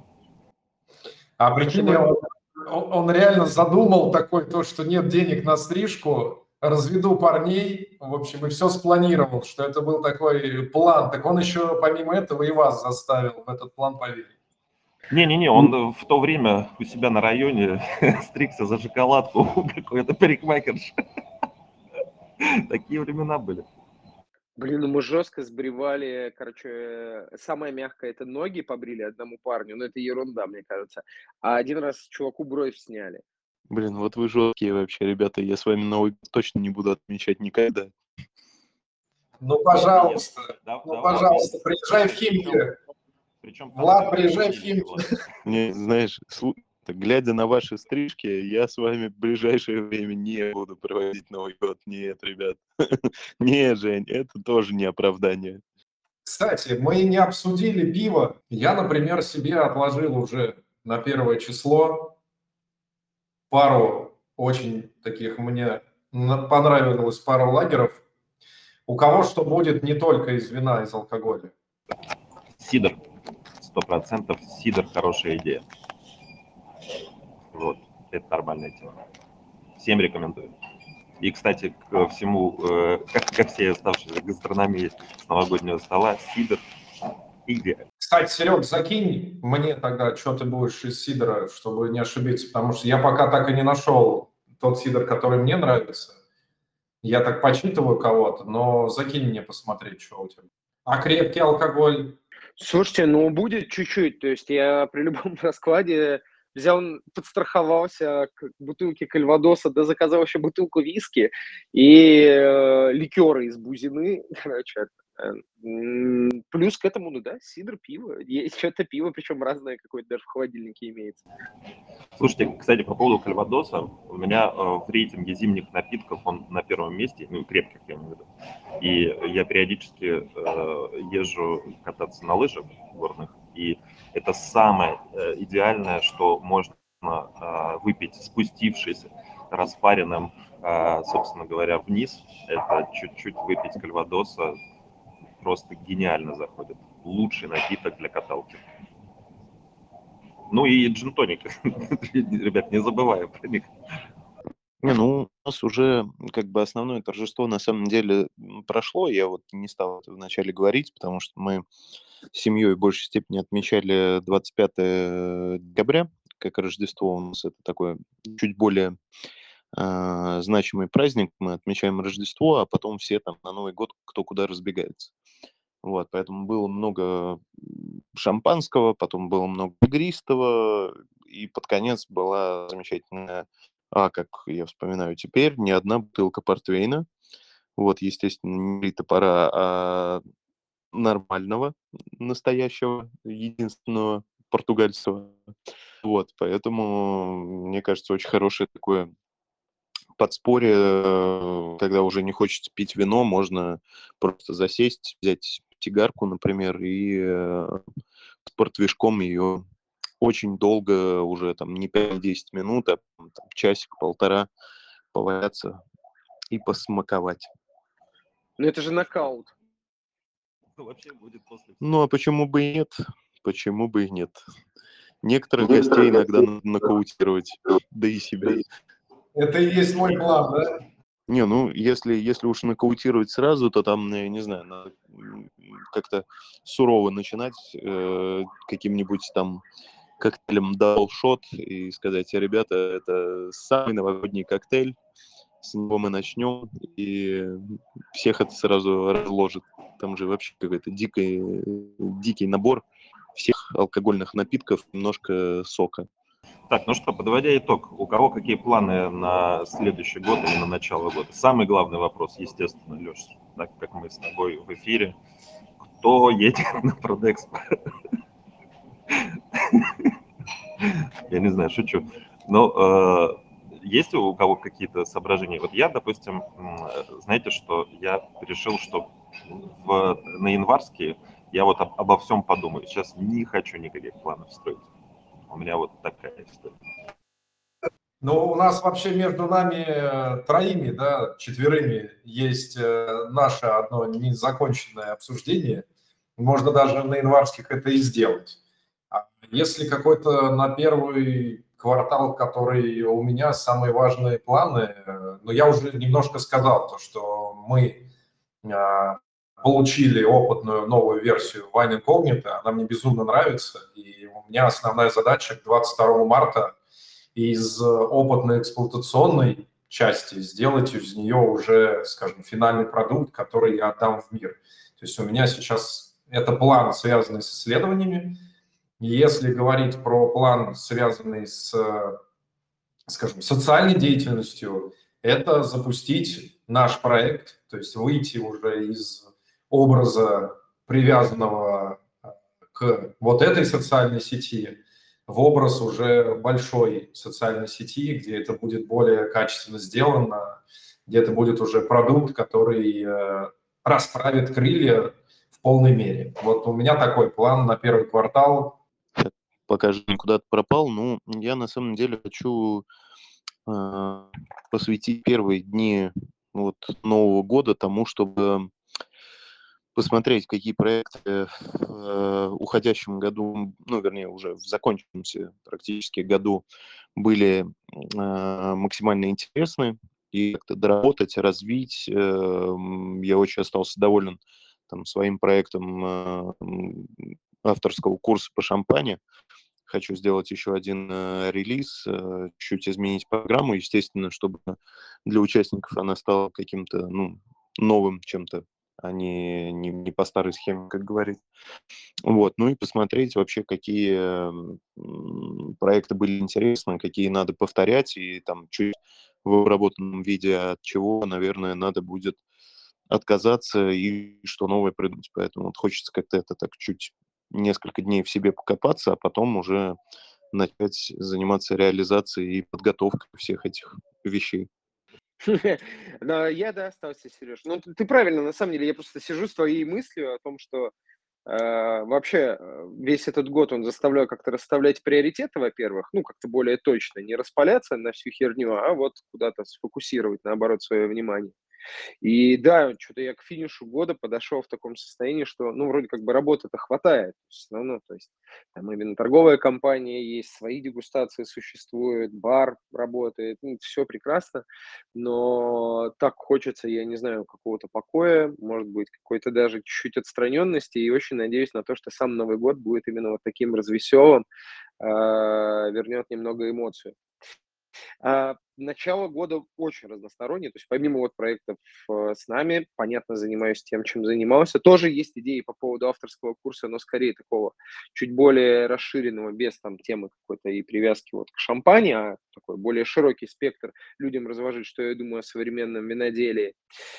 А прикинь, он, он- он реально задумал такой, то, что нет денег на стрижку, разведу парней, в общем, и все спланировал, что это был такой план. Так он еще помимо этого и вас заставил в этот план поверить. Не-не-не, он э, в то время у себя на районе стригся за шоколадку у какой-то парикмахерши. Такие времена были. Блин, ну мы жестко сбривали, короче, э, самое мягкое это ноги побрили одному парню, но это ерунда, мне кажется. А один раз чуваку бровь сняли. Блин, вот вы жесткие вообще, ребята. Я с вами Новый год точно не буду отмечать никогда. Ну, пожалуйста, Да- ну, давай пожалуйста, отметим. приезжай в Причем- Химки. Причем Влад, конкретно приезжай в будильник, Химки. Влад. Мне, знаешь, слу- так, глядя на ваши стрижки, я с вами в ближайшее время не буду проводить Новый год. Нет, ребят. Нет, Жень, это тоже не оправдание. Кстати, мы не обсудили пиво. Я, например, себе отложил уже на первое число пару очень таких мне на- понравилось пару лагеров. У кого что будет не только из вина, из алкоголя. Сидор. Сто процентов сидор хорошая идея. Вот. Это нормальная тема. Всем рекомендую. И, кстати, к всему, э, как ко всей оставшейся гастрономии с новогоднего стола, сидор идеально. Кстати, Серег, закинь мне тогда, что ты будешь из сидора, чтобы не ошибиться, потому что я пока так и не нашел тот сидор, который мне нравится. Я так почитываю кого-то, но закинь мне посмотреть, что у тебя. А крепкий алкоголь? Слушайте, ну будет чуть-чуть, то есть я при любом раскладе взял, подстраховался к бутылке кальвадоса, да заказал еще бутылку виски и э, ликеры из бузины, короче. э, м, Плюс к этому, ну да, сидр, пиво. Есть что-то пиво, причем разное какое-то даже в холодильнике имеется. Слушайте, кстати, по поводу кальвадоса, у меня э, в рейтинге зимних напитков он на первом месте, ну, крепких, я имею в виду. И я периодически э, езжу кататься на лыжах горных, и это самое э, идеальное, что можно э, выпить, спустившись распаренным, э, собственно говоря, вниз. Это чуть-чуть выпить кальвадоса просто гениально заходит. Лучший напиток для каталки. Ну и джин-тоники. Ребят, не забываем про них. Не, ну, у нас уже как бы основное торжество на самом деле м, прошло. Я вот не стал это вначале говорить, потому что мы с семьей в большей степени отмечали двадцать пятое декабря, как Рождество у нас. Это такой чуть более а, значимый праздник. Мы отмечаем Рождество, а потом все там на Новый год кто куда разбегается. Вот, поэтому было много м, шампанского, потом было много игристого, и под конец была замечательная, а, как я вспоминаю теперь, не одна бутылка портвейна. Вот, естественно, не топора, а нормального, настоящего, единственного португальского. Вот, поэтому, мне кажется, очень хорошее такое подспорье, э, когда уже не хочется пить вино, можно просто засесть, взять сигарку, например, и э, с портвишком ее очень долго, уже там не пять-десять минут, а там, часик-полтора поваляться и посмаковать. Ну это же нокаут. Вообще будет после всего. Ну, а почему бы и нет? Почему бы и нет? Некоторых гостей иногда надо нокаутировать, да и себя. Это и есть мой план, да? Не, ну, если, если уж нокаутировать сразу, то там, я не знаю, надо м, как-то сурово начинать э, каким-нибудь там коктейлем даблшот и сказать: ребята, это самый новогодний коктейль, с него мы начнем, и всех это сразу разложит. Там же вообще какой-то дикий, дикий набор всех алкогольных напитков, немножко сока. Так, ну что, подводя итог, у кого какие планы на следующий год или на начало года? Самый главный вопрос, естественно, Леш, так как мы с тобой в эфире. Кто едет на Продэкспо? Я не знаю, шучу. Но э, есть у кого какие-то соображения? Вот я, допустим, знаете, что я решил, что в, на январские я вот об, обо всем подумаю. Сейчас не хочу никаких планов строить. У меня вот такая история. Ну, у нас вообще между нами троими, да, четверыми есть наше одно незаконченное обсуждение. Можно даже на январских это и сделать. А если какой-то на первый квартал, который у меня самые важные планы, ну, я уже немножко сказал, то, что мы получили опытную новую версию Wine Incognito, она мне безумно нравится, и у меня основная задача к двадцать второму марта из опытной эксплуатационной части сделать из нее уже, скажем, финальный продукт, который я отдам в мир. То есть у меня сейчас это план, связанный с исследованиями. Если говорить про план, связанный с, скажем, социальной деятельностью, это запустить наш проект, то есть выйти уже из образа, привязанного к вот этой социальной сети, в образ уже большой социальной сети, где это будет более качественно сделано, где это будет уже продукт, который расправит крылья в полной мере. Вот у меня такой план на первый квартал. Пока Жень куда-то пропал, ну, я на самом деле хочу э, посвятить первые дни вот, Нового года тому, чтобы посмотреть, какие проекты в уходящем году, ну, вернее, уже в закончившемся практически году были э, максимально интересны, и как-то доработать, развить. Э, я очень остался доволен там, своим проектом э, авторского курса по шампане. Хочу сделать еще один э, релиз, э, чуть изменить программу, естественно, чтобы для участников она стала каким-то ну, новым чем-то, а не, не, не по старой схеме, как говорится. Вот. Ну и посмотреть вообще, какие м, проекты были интересны, какие надо повторять, и там чуть в обработанном виде, от чего, наверное, надо будет отказаться и что новое придумать. Поэтому вот хочется как-то это так чуть несколько дней в себе покопаться, а потом уже начать заниматься реализацией и подготовкой всех этих вещей. Но я, да, остался, Сереж. Ну, ты, ты правильно, на самом деле, я просто сижу с твоей мыслью о том, что э, вообще э, весь этот год он заставляю как-то расставлять приоритеты, во-первых, ну, как-то более точно, не распаляться на всю херню, а вот куда-то сфокусировать, наоборот, свое внимание. И да, что-то я к финишу года подошел в таком состоянии, что, ну, вроде как бы работы-то хватает. Ну, ну, то есть там именно торговая компания есть, свои дегустации существуют, бар работает, ну, все прекрасно, но так хочется, я не знаю, какого-то покоя, может быть, какой-то даже чуть-чуть отстраненности, и очень надеюсь на то, что сам Новый год будет именно вот таким развеселым, вернет немного эмоций. А, начало года очень разностороннее, то есть помимо вот проектов э, с нами, понятно, занимаюсь тем, чем занимался. Тоже есть идеи по поводу авторского курса, но скорее такого чуть более расширенного, без там темы какой-то и привязки вот к шампане, а такой более широкий спектр людям разложить, что я думаю о современном виноделии.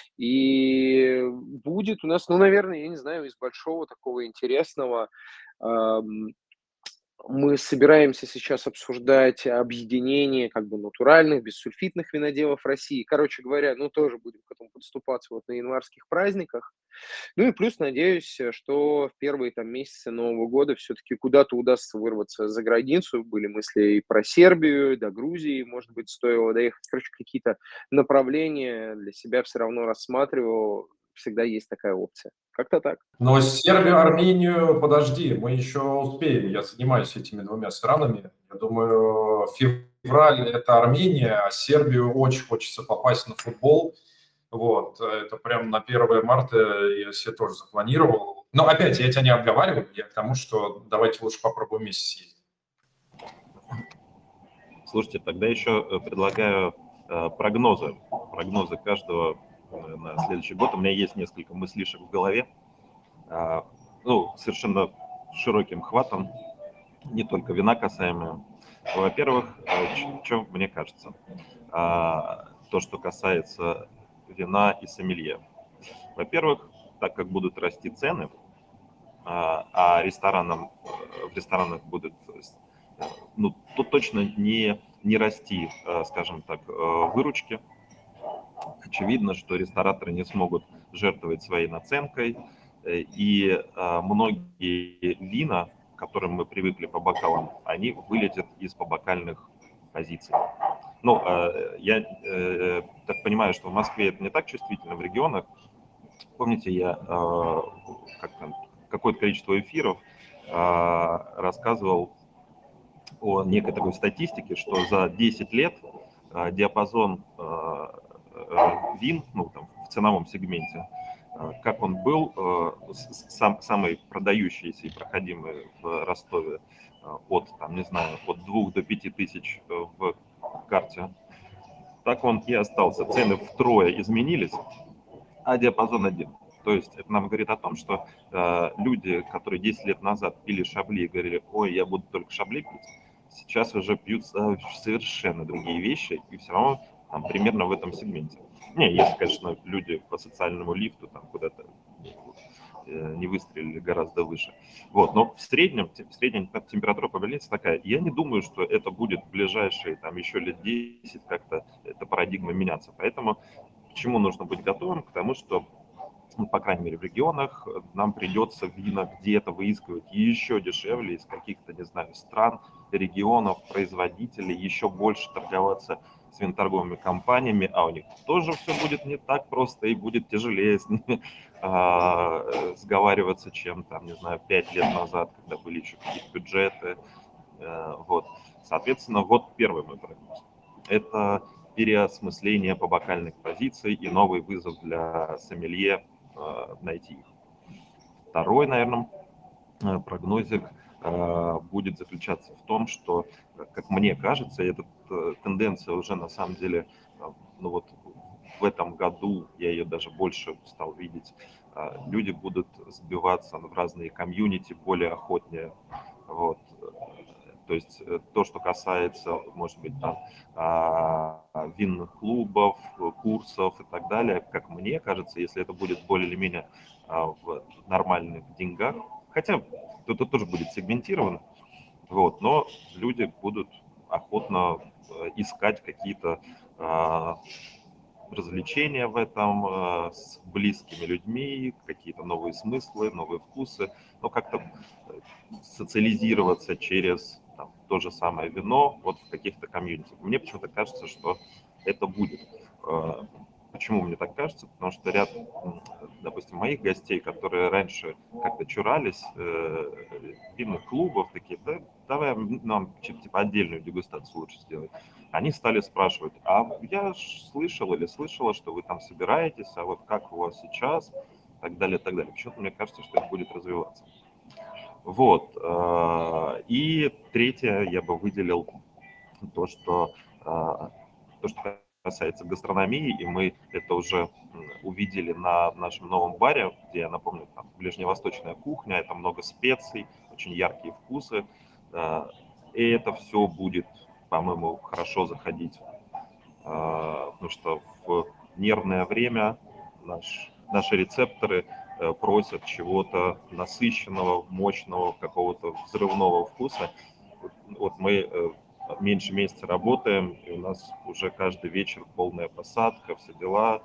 И будет у нас, ну, наверное, я не знаю, из большого такого интересного ам, мы собираемся сейчас обсуждать объединение как бы натуральных, бессульфитных виноделов России. Короче говоря, ну тоже будем к этому подступаться вот на январских праздниках. Ну и плюс надеюсь, что в первые там месяцы Нового года все-таки куда-то удастся вырваться за границу. Были мысли и про Сербию, до Грузии, может быть, стоило доехать. Короче, какие-то направления для себя все равно рассматривал. Всегда есть такая опция. Как-то так. Но Сербию, Армению, подожди, мы еще успеем. Я занимаюсь этими двумя странами. Я думаю, февраль – это Армения, а Сербию очень хочется попасть на футбол. Вот, это прям на первое марта я себе тоже запланировал. Но опять, я тебя не отговариваю, я к тому, что давайте лучше попробуем вместе съездить. Слушайте, тогда еще э, предлагаю э, прогнозы. Прогнозы каждого э, на следующий год. У меня есть несколько мыслишек в голове. А, ну, совершенно широким хватом, не только вина касаемые. Во-первых, что мне кажется, а, то, что касается вина и сомелье. Во-первых, так как будут расти цены, а, а ресторанам, э, в ресторанах будут, э, ну, тут точно не, не расти, э, скажем так, э, выручки. Очевидно, что рестораторы не смогут жертвовать своей наценкой, э, и э, многие вина, к которым мы привыкли по бокалам, они вылетят из побокальных позиций. Ну, э, я э, так понимаю, что в Москве это не так чувствительно, в регионах. Помните, я э, как там, какое-то количество эфиров э, рассказывал о некой такой статистике, что за десять лет э, диапазон э, э, вин, ну, там, в ценовом сегменте, э, как он был, э, сам, самый продающийся и проходимый в Ростове э, от, там, не знаю, от двух до пяти тысяч в карте, так он и остался. Цены втрое изменились, а диапазон один. То есть это нам говорит о том, что э, люди, которые десять лет назад пили шабли и говорили, ой, я буду только шабли пить, сейчас уже пьют совершенно другие вещи, и все равно там, примерно в этом сегменте. Не, если, конечно, люди по социальному лифту там куда-то э, не выстрелили гораздо выше. Вот, но в среднем, в среднем температура по больнице такая. Я не думаю, что это будет в ближайшие там еще лет десять как-то эта парадигма меняться. Поэтому к чему нужно быть готовым? К тому, что, ну, по крайней мере, в регионах нам придется вина где-то выискивать еще дешевле из каких-то, не знаю, стран, регионов, производителей, еще больше торговаться с виноторговыми компаниями, а у них тоже все будет не так просто и будет тяжелее с ними а, сговариваться, чем, там, не знаю, пять лет назад, когда были еще какие-то бюджеты. А, вот. Соответственно, вот первый мой прогноз. Это переосмысление побокальных позиций и новый вызов для сомелье э, найти их. Второй, наверное, прогнозик э, будет заключаться в том, что, как мне кажется, эта тенденция уже на самом деле, ну вот в этом году я ее даже больше стал видеть, э, люди будут сбиваться в разные комьюнити более охотнее. Вот. То есть то, что касается, может быть, там, винных клубов, курсов и так далее, как мне кажется, если это будет более или менее в нормальных деньгах, хотя это тоже будет сегментировано, вот, но люди будут охотно искать какие-то развлечения в этом с близкими людьми, какие-то новые смыслы, новые вкусы, но как-то социализироваться через там, то же самое вино вот в каких-то комьюнити. Мне почему-то кажется, что это будет. Почему мне так кажется? Потому что ряд, допустим, моих гостей, которые раньше как-то чурались э, винных клубов, такие, да, давай нам типа отдельную дегустацию лучше сделать. Они стали спрашивать, а я слышал или слышала, что вы там собираетесь, а вот как у вас сейчас, и так далее, и так далее. Почему-то мне кажется, что это будет развиваться. Вот. И третье, я бы выделил то, что, то, что касается гастрономии, и мы это уже увидели на нашем новом баре, где, я напомню, там ближневосточная кухня, это много специй, очень яркие вкусы, и это все будет, по-моему, хорошо заходить, потому что в нервное время наш, наши рецепторы просят чего-то насыщенного, мощного, какого-то взрывного вкуса. Вот мы меньше месяца работаем, и у нас уже каждый вечер полная посадка, все дела.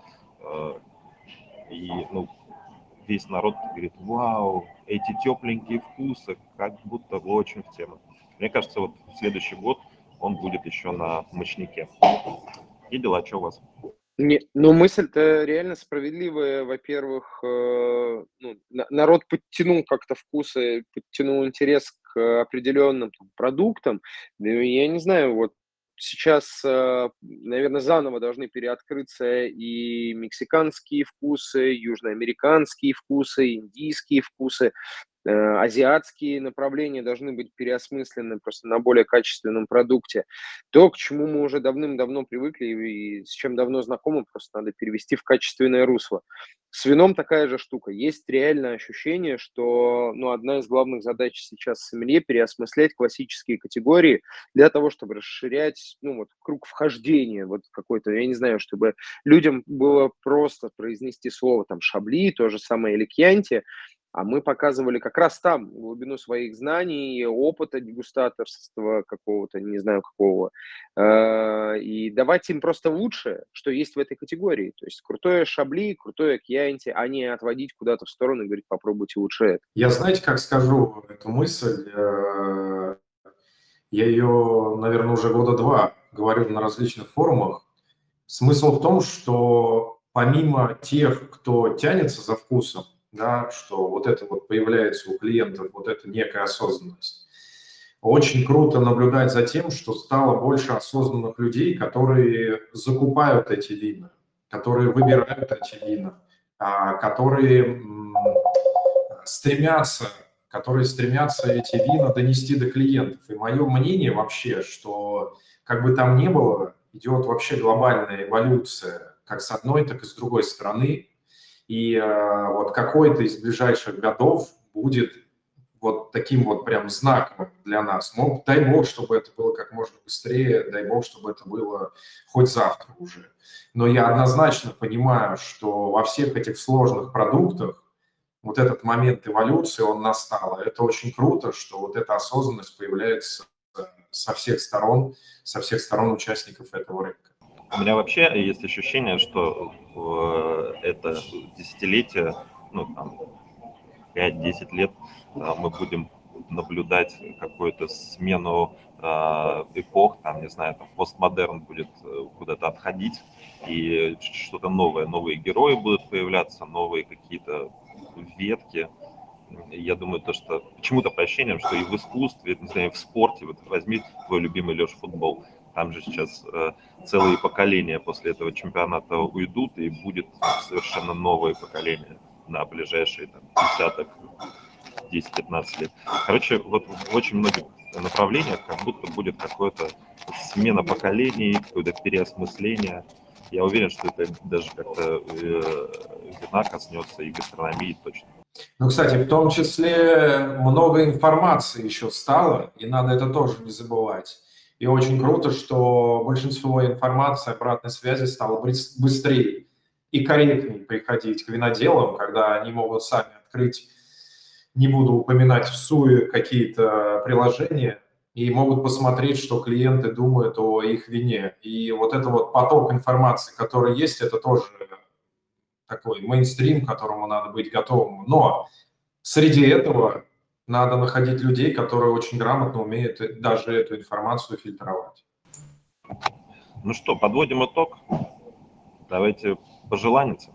И ну, весь народ говорит, вау, эти тепленькие вкусы, как будто бы очень в тему. Мне кажется, вот в следующий год он будет еще на мощнике. И дела, что у вас? Не, ну мысль-то реально справедливая. Во-первых, э, ну, на- народ подтянул как-то вкусы, подтянул интерес к определенным там, продуктам. Да и я не знаю, вот сейчас, наверное, заново должны переоткрыться и мексиканские вкусы, южноамериканские вкусы, индийские вкусы. Э, азиатские направления должны быть переосмыслены просто на более качественном продукте. То, к чему мы уже давным-давно привыкли и с чем давно знакомы, просто надо перевести в качественное русло. С вином такая же штука. Есть реальное ощущение, что, ну, одна из главных задач сейчас сомелье — переосмыслять классические категории для того, чтобы расширять, ну, вот, круг вхождения, вот какой-то, я не знаю, чтобы людям было просто произнести слово там «шабли», то же самое или «кьянти», а мы показывали как раз там глубину своих знаний, опыта дегустаторства какого-то, не знаю какого, э, и давать им просто лучшее, что есть в этой категории. То есть крутое шабли, крутое кьянти, а не отводить куда-то в сторону и говорить: попробуйте лучше это. Я, знаете, как скажу эту мысль, э, я ее, наверное, уже года два говорю на различных форумах. Смысл в том, что помимо тех, кто тянется за вкусом, да, что вот это вот появляется у клиентов, вот эта некая осознанность, очень круто наблюдать за тем, что стало больше осознанных людей, которые закупают эти вина, которые выбирают эти вина, а, которые м, стремятся, которые стремятся эти вина донести до клиентов. И мое мнение вообще, что как бы там ни было, идет вообще глобальная эволюция как с одной, так и с другой стороны. И э, вот какой-то из ближайших годов будет вот таким вот прям знаковым для нас. Ну, дай бог, чтобы это было как можно быстрее, дай бог, чтобы это было хоть завтра уже. Но я однозначно понимаю, что во всех этих сложных продуктах вот этот момент эволюции, он настал. И это очень круто, что вот эта осознанность появляется со всех сторон, со всех сторон участников этого рынка. У меня вообще есть ощущение, что э, это десятилетие, ну, там, пять-десять лет э, мы будем наблюдать какую-то смену э, эпох, там, не знаю, там, постмодерн будет э, куда-то отходить, и что-то новое, новые герои будут появляться, новые какие-то ветки. Я думаю, то, что почему-то по ощущениям, что и в искусстве, не знаю, и в спорте, вот возьми твой любимый, Леш, футбол, там же сейчас э, целые поколения после этого чемпионата уйдут, и будет совершенно новое поколение на ближайшие там, десяток, десять-пятнадцать лет. Короче, вот в очень многих направлениях как будто будет какая-то смена поколений, какое-то переосмысление. Я уверен, что это даже как-то э, вина коснется и гастрономии точно. Ну, кстати, в том числе много информации еще стало, и надо это тоже не забывать. И очень круто, что большинство информации, обратной связи стало быстрее и корректнее приходить к виноделам, когда они могут сами открыть, не буду упоминать всуе, какие-то приложения, и могут посмотреть, что клиенты думают о их вине. И вот этот вот поток информации, который есть, это тоже такой мейнстрим, к которому надо быть готовым. Но среди этого надо находить людей, которые очень грамотно умеют даже эту информацию фильтровать. Ну что, подводим итог. Давайте пожеланица.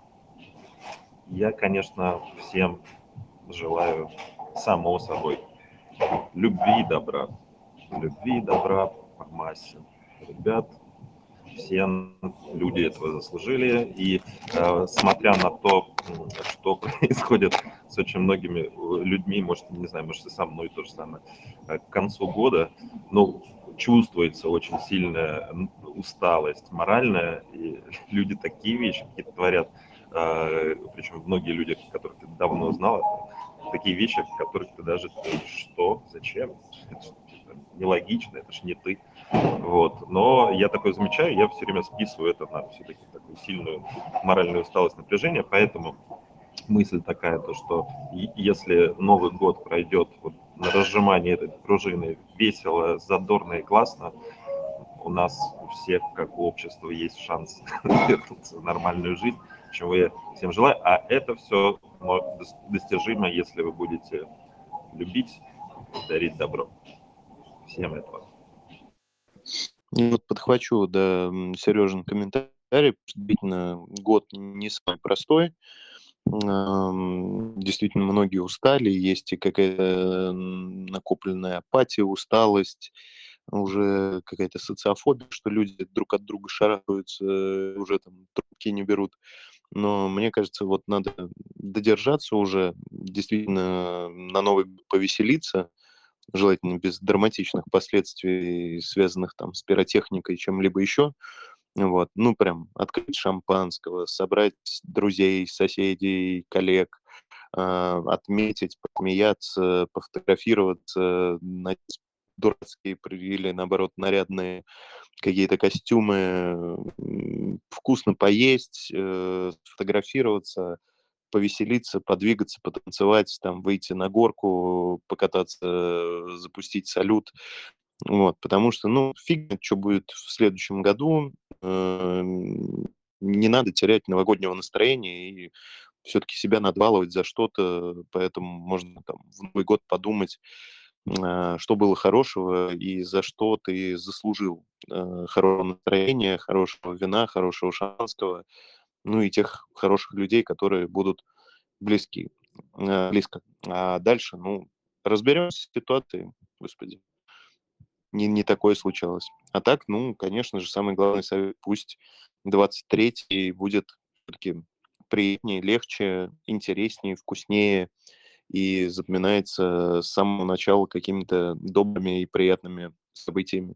Я, конечно, всем желаю, само собой, любви и добра. Любви и добра по массе. Ребят, все люди этого заслужили. И э, смотря на то, что происходит с очень многими людьми, может, не знаю, может, и со мной то же самое, к концу года, ну, чувствуется очень сильная усталость моральная, и люди такие вещи какие-то творят, э, причем многие люди, которых ты давно знал, такие вещи, которых ты даже, что, зачем, это ж, типа, нелогично, это ж не ты. Вот. Но я такое замечаю, я все время списываю это на все-таки такую сильную моральную усталость, напряжение, поэтому мысль такая, то, что если Новый год пройдет вот на разжимании этой пружины весело, задорно и классно, у нас у всех, как у общества, есть шанс вернуться в нормальную жизнь, чего я всем желаю. А это все достижимо, если вы будете любить и дарить добро. Всем этого. Вот подхвачу, да, Сережин комментарий. Действительно, год не самый простой. Действительно, многие устали, есть и какая-то накопленная апатия, усталость, уже какая-то социофобия, что люди друг от друга шарахаются, уже там трубки не берут. Но мне кажется, вот надо додержаться уже, действительно на Новый год повеселиться, желательно без драматичных последствий, связанных там с пиротехникой, чем-либо еще. Вот. Ну, прям открыть шампанского, собрать друзей, соседей, коллег, а, отметить, посмеяться, пофотографироваться, надеть дурацкие при- или, наоборот, нарядные какие-то костюмы, м, вкусно поесть, э, сфотографироваться, повеселиться, подвигаться, потанцевать, там, выйти на горку, покататься, э, запустить салют. Вот, потому что, ну, фиг что будет в следующем году. Эм, Не надо терять новогоднего настроения, и все-таки себя надо баловать за что-то, поэтому можно там в Новый год подумать, а, что было хорошего и за что ты заслужил э, хорошего настроения, хорошего вина, хорошего шампанского, ну и тех хороших людей, которые будут близки, э, близко. А дальше, ну, разберемся с ситуацией, господи, не, не такое случалось. А так, ну, конечно же, самый главный совет, пусть двадцать третий будет все-таки приятнее, легче, интереснее, вкуснее и запоминается с самого начала какими-то добрыми и приятными событиями.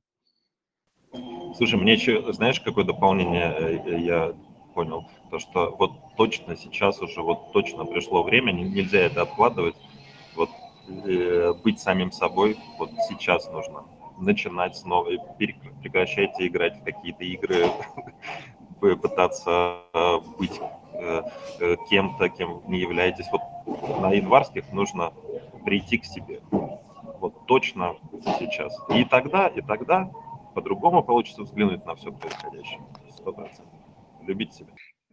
Слушай, мне еще, знаешь, какое дополнение э, я понял? То, что вот точно сейчас уже, вот точно пришло время, не- нельзя это откладывать. Вот э, быть самим собой, вот сейчас нужно начинать снова, и перек- прекращайте играть в какие-то игры, п- пытаться э, быть э, э, кем-то, кем не являетесь. Вот на январских нужно прийти к себе. Вот точно сейчас. И тогда, и тогда по-другому получится взглянуть на все происходящее. Сто процентов. Любить себя.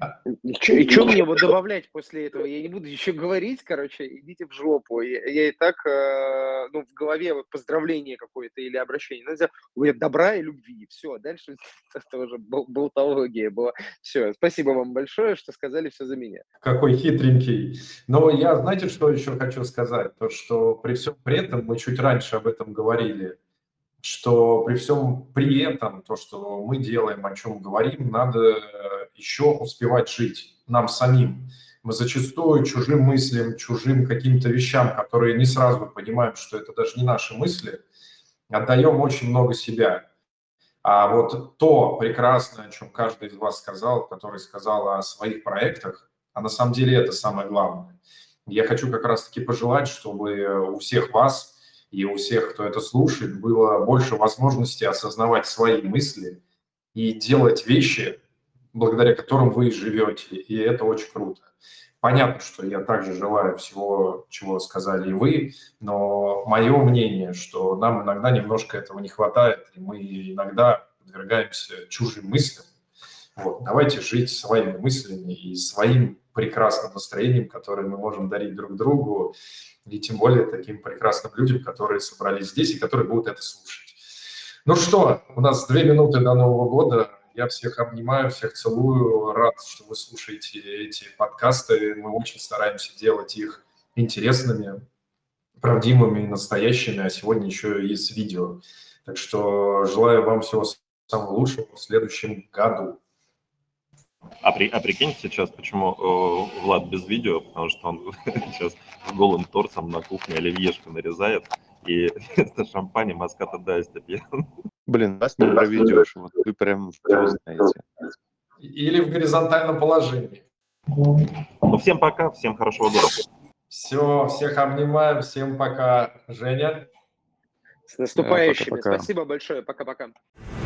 И что мне вот добавлять после этого? Я не буду еще говорить, короче, идите в жопу. Я, я и так, э, ну, в голове вот поздравление какое-то или обращение. Ну, у меня добра и любви. Все, дальше это уже бол- болтология была. Все, спасибо вам большое, что сказали все за меня. Какой хитренький. Но я, знаете, что еще хочу сказать? То, что при всем при этом, мы чуть раньше об этом говорили, что при всем при этом, то, что мы делаем, о чем говорим, надо э, еще успевать жить нам самим. Мы зачастую чужим мыслям, чужим каким-то вещам, которые не сразу понимаем, что это даже не наши мысли, отдаем очень много себя. А вот то прекрасное, о чем каждый из вас сказал, который сказал о своих проектах, а на самом деле это самое главное. Я хочу как раз-таки пожелать, чтобы у всех вас и у всех, кто это слушает, было больше возможности осознавать свои мысли и делать вещи, благодаря которым вы живете. И это очень круто. Понятно, что я также желаю всего, чего сказали и вы, но мое мнение, что нам иногда немножко этого не хватает, и мы иногда подвергаемся чужим мыслям. Вот. Давайте жить своими мыслями и своим прекрасным настроением, которое мы можем дарить друг другу, и тем более таким прекрасным людям, которые собрались здесь и которые будут это слушать. Ну что, у нас две минуты до Нового года. Я всех обнимаю, всех целую. Рад, что вы слушаете эти подкасты. Мы очень стараемся делать их интересными, правдивыми и настоящими, а сегодня еще и с видео. Так что желаю вам всего самого лучшего в следующем году. А, при, а прикинь сейчас, почему э, Влад без видео, потому что он сейчас с голым торсом на кухне оливьешку нарезает, и вместо шампани Маската Дайста пьет. Блин, вас не проведешь, вот вы прям все знаете. Или в горизонтальном положении. Ну, всем пока, всем хорошего года. Все, всех обнимаю, всем пока. Женя? С наступающими. Пока-пока. Спасибо большое. Пока-пока.